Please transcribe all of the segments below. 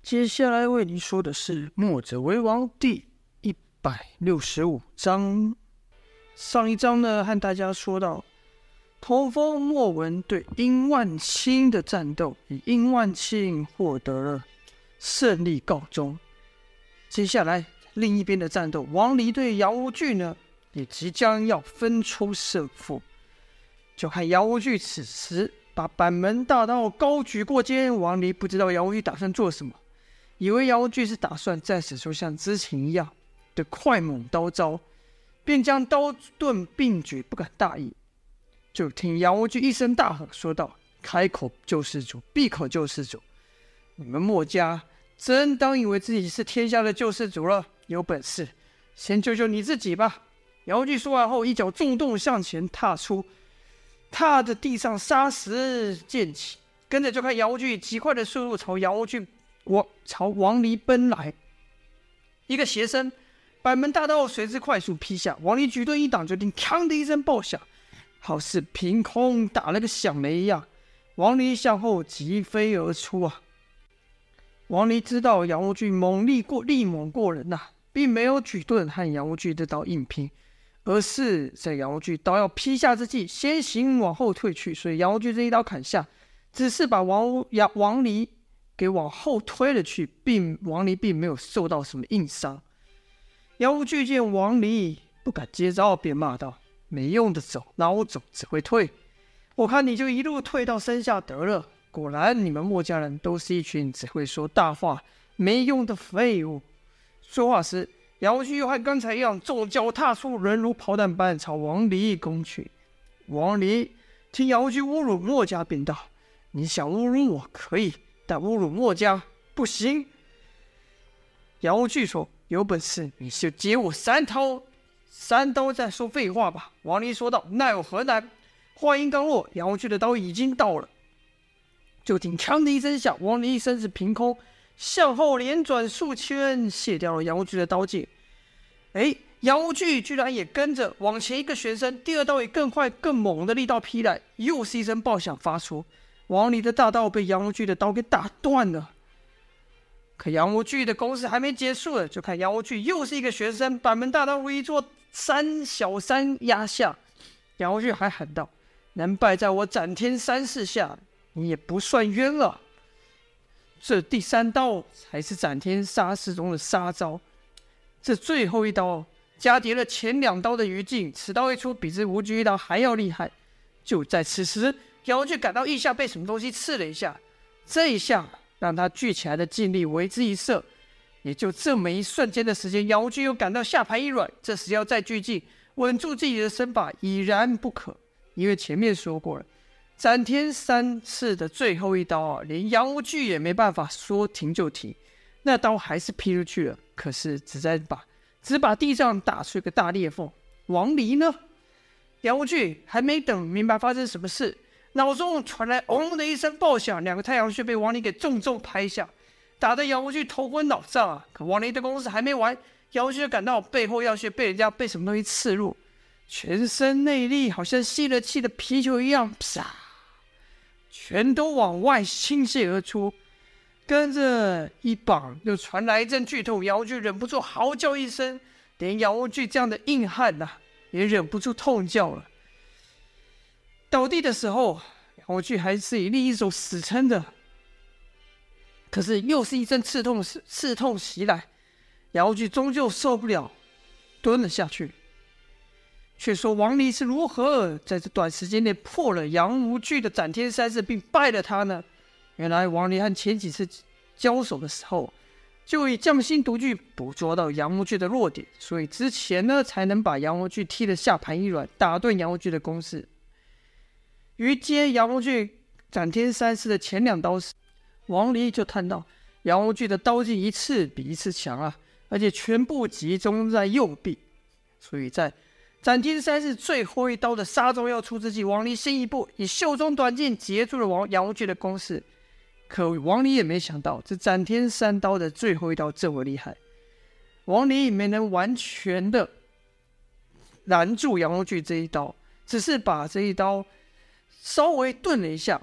接下来为您说的是《墨者为王》第165章。上一章呢，和大家说到，童风莫文对殷万清的战斗，以殷万清获得了胜利告终。接下来另一边的战斗，王离对姚无惧呢，也即将要分出胜负。就看姚无惧此时把板门大刀高举过肩，王离不知道姚无惧打算做什么，以为姚无惧是打算再使出像之前一样的快猛刀招，便将刀盾并举，不敢大意。就听姚无惧一声大喝，说道：“开口救世主，闭口救世主！你们墨家真当以为自己是天下的救世主了？有本事先救救你自己吧！”姚无惧说完后，一脚重动向前踏出，踏着地上沙石溅起，跟着就看姚无惧极快的速度朝王离奔来。一个斜身，板门大刀随之快速劈下，王离举盾一挡，就听锵的一声爆响，好似凭空打了个响雷一样。王离向后疾飞而出啊！王离知道姚无惧力猛过人啊，并没有举盾和姚无惧这刀硬拼，而是在姚无惧刀要劈下之际，先行往后退去，所以姚无惧这一刀砍下，只是把王离给往后推了去，王离并没有受到什么硬伤。姚无惧见王离不敢接招，便骂道：“没用的走，孬种，只会退！我看你就一路退到山下得了。果然你们墨家人都是一群只会说大话没用的废物。”说话时，姚无惧又和刚才一样，重脚踏出，人如炮弹般朝王离攻去。王离听姚无惧侮辱墨家，便道：“你想侮辱我可以，但侮辱墨家不行。”姚无惧说：“有本事你就接我3刀再说废话吧。”王离说道：“那有何难？”话音刚落，姚无惧的刀已经到了，就听锵的一声响，王离一身子凭空向后连转数圈，卸掉了姚无惧的刀剑。姚无惧居然也跟着往前一个旋身，第二刀以更快更猛的力道劈来，又是一声爆响发出，王离的大刀被杨无惧的刀给打断了。可杨无惧的攻势还没结束了，就看杨无惧又是一个旋身，板门大刀如一座小山压下。杨无惧还喊道：“能败在我斩天三式下，你也不算冤了。”这第3刀才是斩天杀式中的杀招，这最后一刀加叠了前2刀的余劲，此刀一出，比之无惧一刀还要厉害。就在此时，姚无惧感到腋下被什么东西刺了一下，这一下让他聚起来的劲力为之一射。也就这么一瞬间的时间，姚无惧又感到下盘一软，这时要再聚劲稳住自己的身法已然不可，因为前面说过了，斩天三式的最后一刀连杨无惧也没办法说停就停，那刀还是劈出去了，可是只把地上打出一个大裂缝。王离呢？杨无惧还没等明白发生什么事，脑中传来嗡的一声爆响，2个太阳穴被王离给重重拍下，打得杨无惧头昏脑胀啊！可王离的攻势还没完，姚无惧就感到背后要穴被什么东西刺入，全身内力好像吸了气的皮球一样，啪，全都往外倾泻而出。跟着一绑又传来一阵剧痛，姚无惧忍不住嚎叫一声，连姚无惧这样的硬汉也忍不住痛叫了。倒地的时候，姚无惧还是以另一手死撑的，可是又是一阵刺痛袭来，姚无惧终究受不了，蹲了下去。却说王离是如何在这短时间内破了杨无惧的斩天三式，并败了他呢？原来王离和前几次交手的时候，就以匠心独具捕捉到杨无惧的弱点，所以之前呢才能把杨无惧踢得下盘一软，打断杨无惧的攻势。于接杨无惧斩天三式的前2刀时，王离就看到杨无惧的刀劲一次比一次强啊，而且全部集中在右臂，所以在斩天三式最后一刀的杀招要出之际，王离先一步以袖中短剑截住了杨无惧的攻势。可王离也没想到，这斩天3刀的最后一刀这么厉害，王离没能完全的拦住杨无惧这一刀，只是把这一刀稍微顿了一下，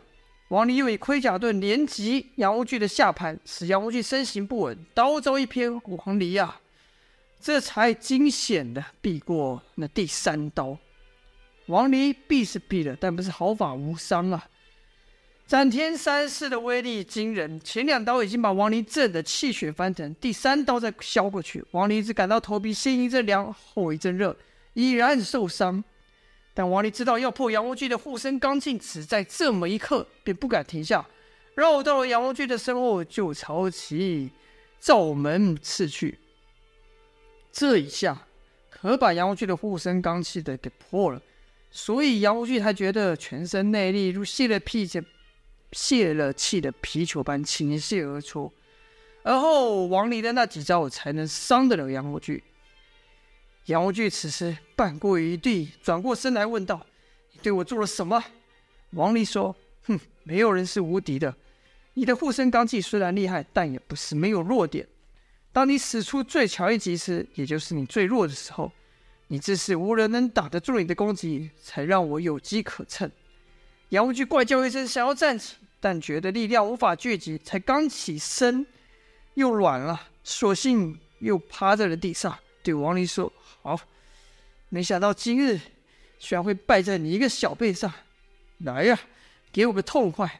王离又以盔甲盾连击杨无惧的下盘，使杨无惧身形不稳，刀招一偏，王离这才惊险的避过那第3刀。王离避是避了，但不是毫发无伤斩天三式的威力惊人，前2刀已经把王离震得气血翻腾，第3刀再削过去，王离只感到头皮先一阵凉，后一阵热，已然受伤。但王离知道要破杨无惧的护身刚劲，只在这么一刻，便不敢停下，绕到了杨无惧的身后，就朝其罩门刺去。这一下可把杨无惧的护身刚气的给破了，所以杨无惧才觉得全身内力如泄了气的皮球般倾泻而出，而后王离的那几招才能伤得了杨无惧。杨无惧此时半跪于地，转过身来问道：“你对我做了什么？”王离说：“没有人是无敌的。你的护身罡气虽然厉害，但也不是没有弱点。当你使出最强一击时，也就是你最弱的时候，你自是无人能挡得住你的攻击，才让我有机可乘。”杨无惧怪叫一声，想要站起，但觉得力量无法聚集，才刚起身又软了，索性又趴在了地上，对王离说：“好，没想到今日居然会败在你一个小辈上，来呀，给我个痛快。”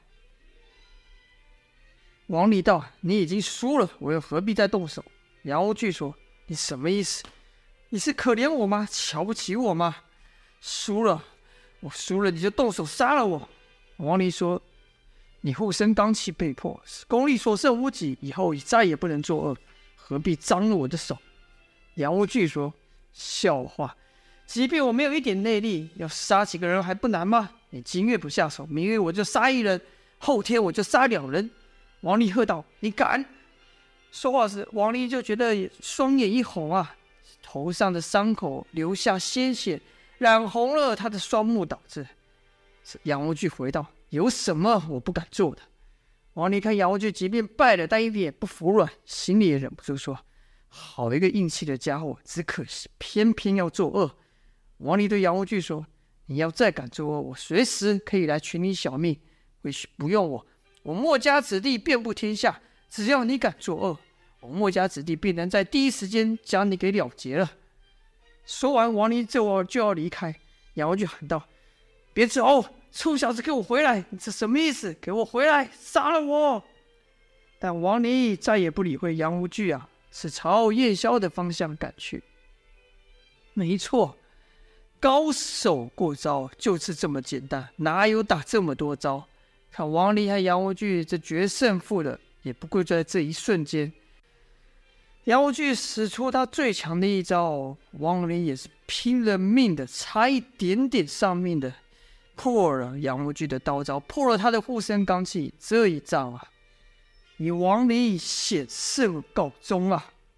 王离道：“你已经输了，我又何必再动手？”杨无惧说：“你什么意思？你是可怜我吗？瞧不起我吗？我输了你就动手杀了我。”王离说：“你护身罡气被破，功力所剩无几，以后再也不能作恶，何必脏了我的手？”杨无惧说：“笑话，即便我没有一点内力，要杀几个人还不难吗？你今月不下手，明月我就杀1人，后天我就杀2人。”王离喝道：“你敢！”说话时，王离就觉得双眼一红头上的伤口流下鲜血，染红了他的双目，导致。杨无惧回道：“有什么我不敢做的？”王离看杨无惧即便败了，但一点也不服软，心里也忍不住说：“好一个硬气的家伙，只可惜偏偏要作恶。”王离对杨无惧说：“你要再敢作恶，我随时可以来取你小命。或许不用我墨家子弟遍布天下，只要你敢作恶，我墨家子弟必能在第一时间将你给了结了。”说完，王离就要离开。杨无惧喊道：“别走，臭小子，给我回来！你这什么意思？给我回来，杀了我！”但王离再也不理会杨无惧是朝燕霄的方向赶去。没错，高手过招就是这么简单，哪有打这么多招？看王离和杨无惧这决胜负的，也不过在这一瞬间。杨无惧使出他最强的一招，王离也是拼了命的，差一点点丧命的破了杨无惧的刀招，破了他的护身罡气。这一仗以王离险胜告终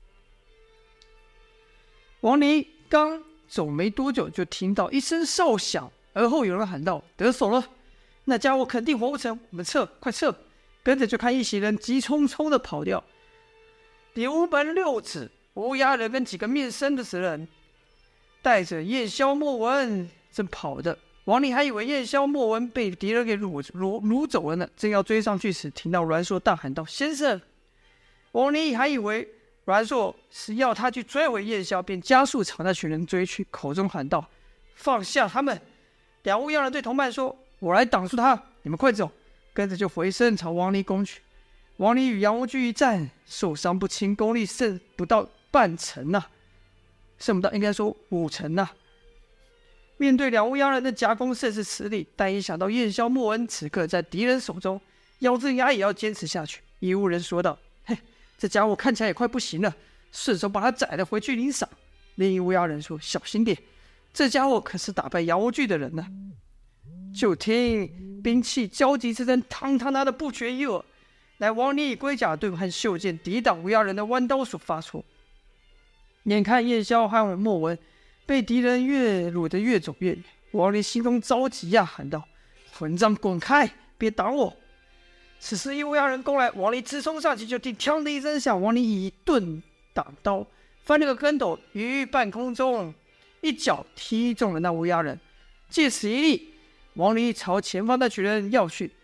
王离刚走没多久，就听到一声哨响，而后有人喊道：“得手了！那家伙肯定活不成，我们撤，快撤！”跟着就看一行人急匆匆的跑掉。刘门六子、乌鸦人跟几个面生的人带着燕霄莫文正跑的。王离还以为燕霄莫文被敌人给掳走了呢，正要追上去时，听到阮硕大喊道：“先生！”王离还以为阮硕是要他去追回燕霄，便加速朝那群人追去，口中喊道：“放下他们！”两乌鸦人对同伴说：“我来挡住他，你们快走！”跟着就回身朝王离攻去。王离与杨无惧一战，受伤不轻，功力剩不到半成剩不到，应该说5成面对两乌鸦人的夹攻，甚是吃力。但一想到燕霄莫恩此刻在敌人手中，咬着牙也要坚持下去。一乌人说道：“嘿，这家伙看起来也快不行了，顺手把他宰了回去领赏。”另一乌鸦人说：“小心点，这家伙可是打败杨无惧的人呢。”就听兵器交集之声，汤汤的不绝于耳，乃王离以龟甲盾和袖剑抵挡乌鸦人的弯刀所发出。眼看燕霄和莫文被敌人掳得越走越远，王离心中着急喊道：“混账，滚开，别挡我！”此时一乌鸦人攻来，王离直冲上去，就听锵的一声响，王离以盾挡刀，翻了个跟斗，于半空中一脚踢中了那乌鸦人。借此一力，王离朝前方那群人要去，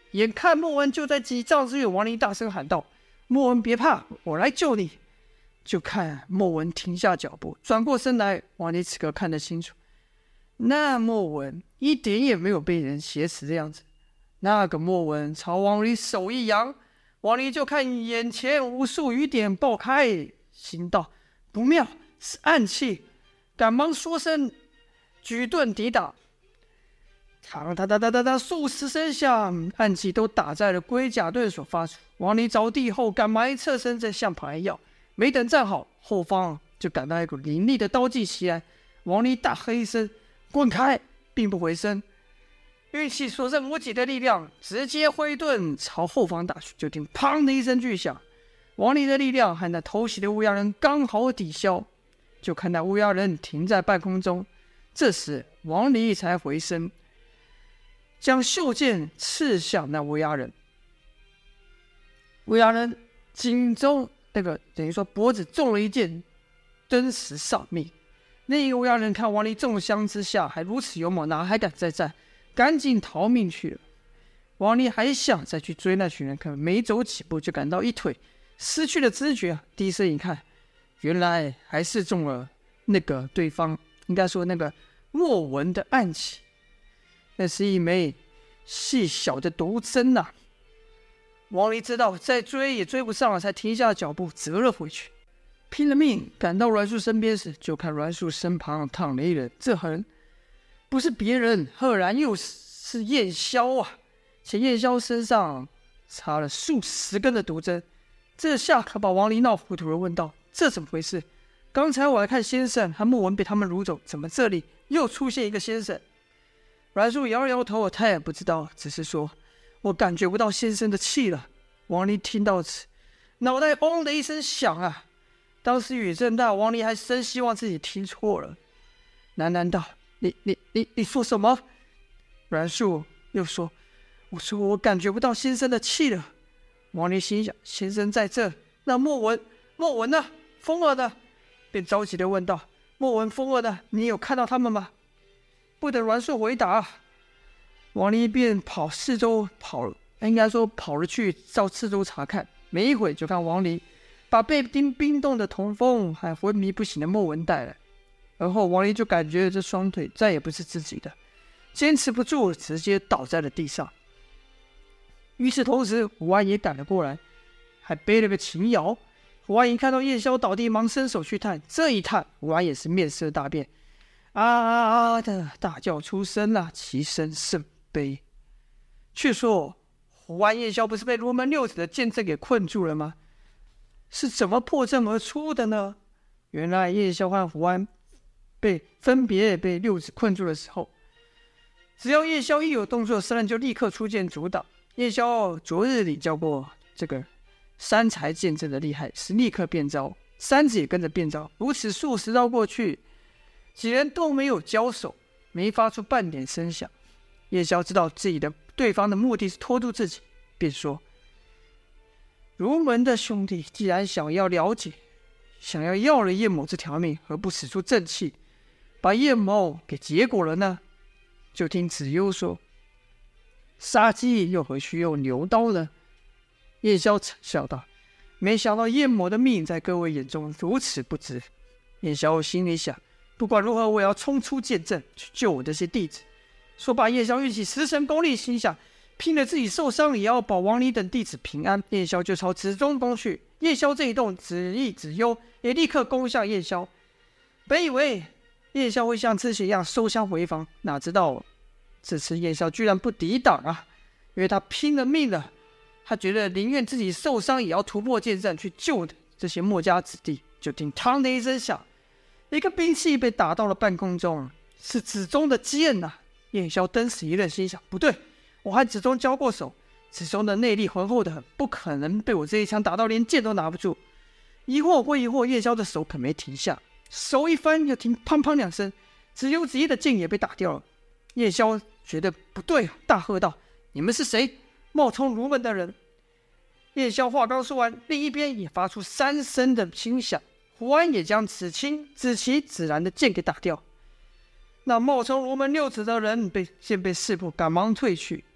眼看莫文就在几丈之远，王离大声喊道：“莫文别怕，我来救你！”就看莫文停下脚步，转过身来，王离此刻看得清楚，那莫文一点也没有被人挟持的样子。那个莫文朝王离手一扬，王离就看眼前无数雨点爆开，心道不妙，是暗器，赶忙说声举盾抵挡。当当当当当当，数十声响，暗器都打在了龟甲盾所发出。王离着地后，赶忙一侧身，再向旁一摇，没等站好，后方就感到一股凌厉的刀劲袭来。王离大喝一声：“滚开！”并不回身，运气所剩无几的力量，直接挥盾朝后方打去。就听“砰”的一声巨响，王离的力量和那偷袭的乌鸦人刚好抵消。就看那乌鸦人停在半空中，这时王离才回身，将袖剑刺向那乌鸦人。乌鸦人颈中等于说脖子中了一箭，登时丧命。那个乌鸦人看王离重伤之下还如此勇猛，哪还敢再战，赶紧逃命去了。王离还想再去追那群人，可没走几步就感到一腿失去了知觉，低声一看，原来还是中了那个对方应该说那个莫文的暗器，那是一枚细小的毒针啊。王离知道再追也追不上了，才停下脚步折了回去。拼了命赶到栾树身边时，就看栾树身旁躺了一人，这人不是别人，赫然又是燕霄啊！且燕霄身上插了数十根的毒针，这下可把王离闹糊涂了，问道：“这怎么回事？刚才我还看先生和莫文被他们掳走，怎么这里又出现一个先生？”栾树摇了摇头，他也不知道，只是说：“我感觉不到先生的气了。”王离听到此，脑袋嗡的一声响啊！当时雨正大，王离还真希望自己听错了，喃喃道：“你说什么？”栾树又说：“我说我感觉不到先生的气了。”王离心想：先生在这，那莫文呢？风儿呢？便着急地问道：“莫文、风儿呢？你有看到他们吗？”不等栾树回答，王离便应该说跑了去照四周查看。没一会就看王离把被冰冻的童风和昏迷不醒的莫文带来，而后王离就感觉这双腿再也不是自己的，坚持不住，直接倒在了地上。与此同时，胡安也赶了过来，还背了个琴瑶。胡安一看到燕霄倒地，忙伸手去探，这一探，胡安也是面色大变，的大叫出声了，其声甚悲。却说胡安、燕霄不是被罗门六子的剑阵给困住了吗？是怎么破阵而出的呢？原来燕霄和胡安分别被六子困住的时候，只要燕霄一有动作，三人就立刻出剑阻挡。燕霄昨日里教过这个三才剑阵的厉害，是立刻变招，三子也跟着变招。如此数十招过去，几人都没有交手，没发出半点声响。燕霄知道对方的目的是拖住自己，便说：“儒门的兄弟既然想要了了叶某这条命，何不使出正气，把叶某给结果了呢？”就听子悠说：“杀鸡又何须用牛刀呢？”叶萧惨笑道：“没想到叶某的命在各位眼中如此不值。”叶萧心里想：不管如何，我要冲出剑阵去救我这些弟子。说罢，叶萧运起十神功力，心想拼了自己受伤也要保王离等弟子平安。叶萧就朝子中攻去。叶萧这一动，子义、子悠也立刻攻向叶萧。本以为叶萧会像之前一样收枪回防，哪知道这次叶萧居然不抵挡啊！因为他拼了命了，他觉得宁愿自己受伤也要突破剑阵去救这些墨家子弟。就听嘡的一声响，一个兵器被打到了半空中，是子中的剑啊！叶萧登时一愣，心想：不对，我和子中交过手，子中的内力浑厚的很，不可能被我这一枪打到连剑都拿不住。疑惑归疑惑，叶萧的手可没停下，手一翻，就听砰砰两声，子悠、子义的剑也被打掉了。叶萧觉得不对，大喝道：“你们是谁？冒充儒门的人！”叶萧话刚说完，另一边也发出3声的轻响，胡安也将子期、子然的剑给打掉。那冒充儒门六子的人先被识破，赶忙退去。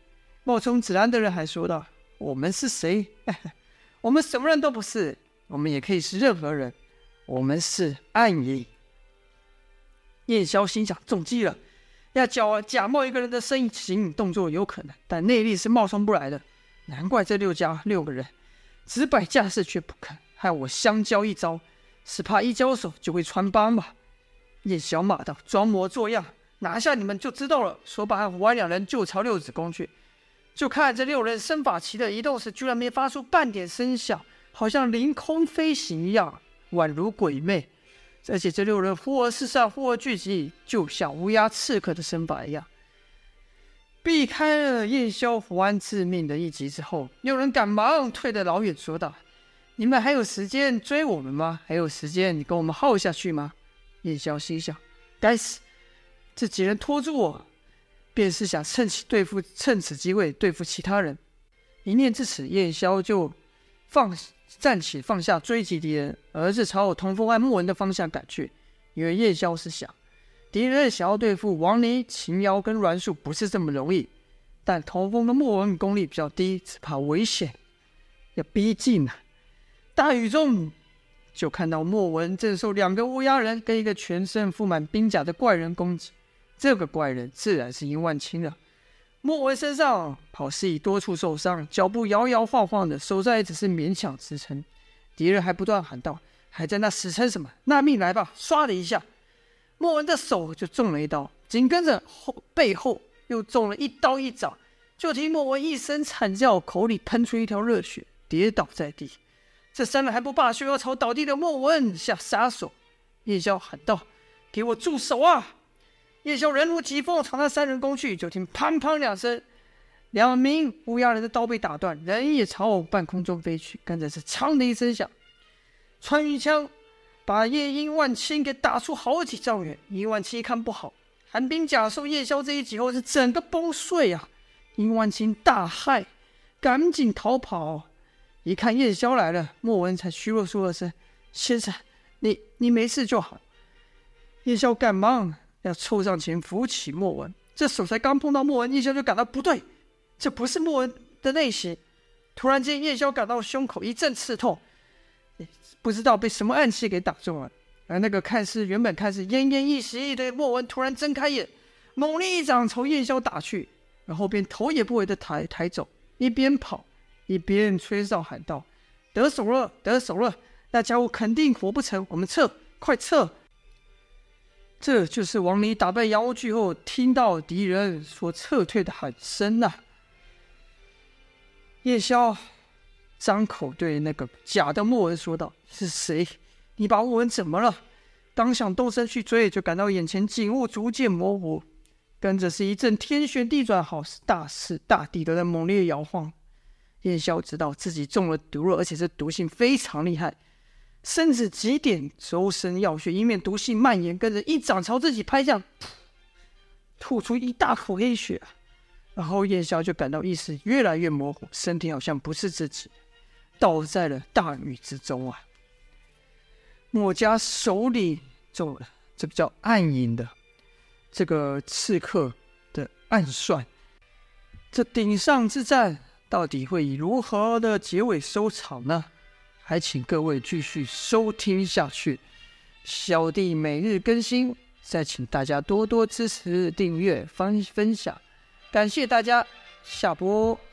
冒充子兰的人还说道：“我们是谁？我们什么人都不是，我们也可以是任何人，我们是暗影。”叶宵心想中计了，要假冒一个人的身形动作有可能，但内力是冒充不来的。难怪这6个人只摆架势却不肯和我相交一招，是怕一交手就会穿帮吧。叶宵骂道：“装模作样，拿下你们就知道了。”说罢，和虎2人就朝6子攻去。就看这6人身法奇的移动时，居然没发出半点声响，好像凌空飞行一样，宛如鬼魅。而且这6人忽而四散，忽而聚集，就像乌鸦刺客的身法一样。避开了叶宵、胡安致命的一击之后，6人赶忙退得老远，说道：“你们还有时间追我们吗？还有时间跟我们耗下去吗？”叶宵心想：该死，这几人拖住我，便是想趁此机会对付其他人。一念至此，叶宵就站起放下追击敌人，而是朝童风和莫文的方向赶去。因为叶宵是想，敌人想要对付王离、秦瑶跟阮树不是这么容易，但童风跟莫文功力比较低，只怕危险，要逼近啊。大雨中就看到莫文正受2个乌鸦人跟一个全身覆满冰甲的怪人攻击，这个怪人自然是殷万清了。莫文身上跑是已多处受伤，脚步摇摇晃晃的，手上也只是勉强支撑。敌人还不断喊道：“还在那死撑什么？拿命来吧！”唰的一下，莫文的手就中了一刀，紧跟着背后又中了一刀一掌。就听莫文一声惨叫，口里喷出一条热血，跌倒在地。这3人还不罢休，要朝倒地的莫文下杀手。叶宵喊道：“给我住手啊！”叶宵人如疾风朝那3人攻去，就听砰砰2声，2名乌鸦人的刀被打断，人也朝半空中飞去。跟着是锵的一声响，穿云枪把殷万清给打出好几丈远。殷万清一看不好，寒冰甲受叶宵这一击后是整个崩碎啊！殷万清大骇，赶紧逃跑。一看叶宵来了，莫文才虚弱说了声：“先生，你没事就好。”叶宵赶忙要凑上前扶起莫文，这手才刚碰到莫文，叶宵就感到不对，这不是莫文的内型。突然间，叶宵感到胸口一阵刺痛，不知道被什么暗器给打中了。而那个原本看似奄奄一息的莫文突然睁开眼，猛力一掌朝叶宵打去，然后便头也不回的抬走，一边跑一边吹哨喊道：“得手了，得手了！那家伙肯定活不成，我们撤，快撤！”这就是王离打败杨无惧后听到敌人所撤退的喊声啊！叶宵张口对那个假的莫文说道：“是谁？你把莫文怎么了？”刚想动身去追，就感到眼前景物逐渐模糊，跟着是一阵天旋地转，好似大地都在猛烈摇晃。叶宵知道自己中了毒了，而且这毒性非常厉害，甚至几点周身要血，以免毒性蔓延，跟着一掌朝自己拍向，吐出一大口黑血。然后叶宵就感到意识越来越模糊，身体好像不是自己，倒在了大雨之中啊！墨家手里中了这个叫暗影的这个刺客的暗算，这顶上之战到底会以如何的结尾收场呢？还请各位继续收听下去。小弟每日更新，再请大家多多支持、订阅、分享，感谢大家，下播。